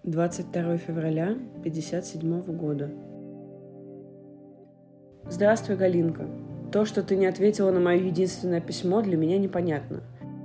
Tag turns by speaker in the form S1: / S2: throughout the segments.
S1: 22 февраля 1957 года. Здравствуй, Галинка. То, что ты не ответила на мое единственное письмо, для меня непонятно.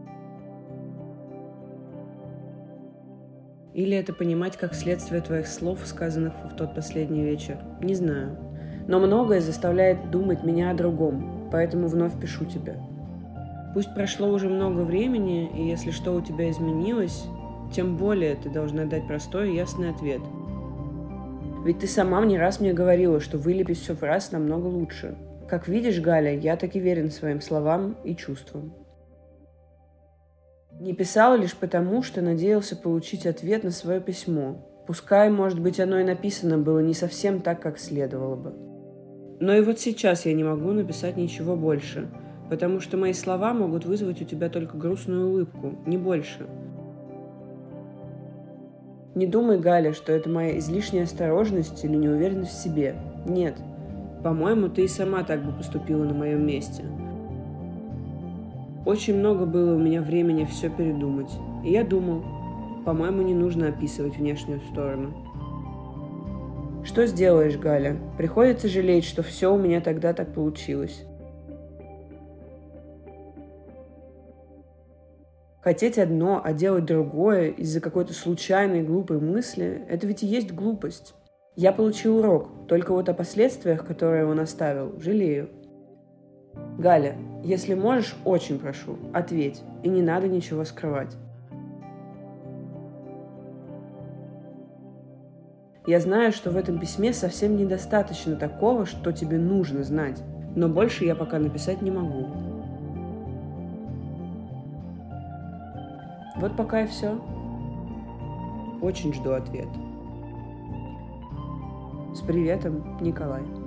S1: Или это понимать как следствие твоих слов, сказанных в тот последний вечер. Не знаю. Но многое заставляет думать меня о другом, поэтому вновь пишу тебе. Пусть прошло уже много времени, и если что у тебя изменилось, тем более ты должна дать простой и ясный ответ. Ведь ты сама не раз мне говорила, что вылепить все в раз намного лучше. Как видишь, Галя, я таки верен своим словам и чувствам. Не писала лишь потому, что надеялся получить ответ на свое письмо. Пускай, может быть, оно и написано было не совсем так, как следовало бы. Но и вот сейчас я не могу написать ничего больше, потому что мои слова могут вызвать у тебя только грустную улыбку, не больше. Не думай, Галя, что это моя излишняя осторожность или неуверенность в себе. Нет. По-моему, ты и сама так бы поступила на моем месте. Очень много было у меня времени все передумать. И я думал, по-моему, не нужно описывать внешнюю сторону. Что сделаешь, Галя? Приходится жалеть, что все у меня тогда так получилось. Хотеть одно, а делать другое из-за какой-то случайной глупой мысли – это ведь и есть глупость. Я получил урок, только вот о последствиях, которые он оставил, жалею. Галя, если можешь, очень прошу, ответь, и не надо ничего скрывать. Я знаю, что в этом письме совсем недостаточно такого, что тебе нужно знать, но больше я пока написать не могу. Вот пока и все. Очень жду ответ. С приветом, Николай.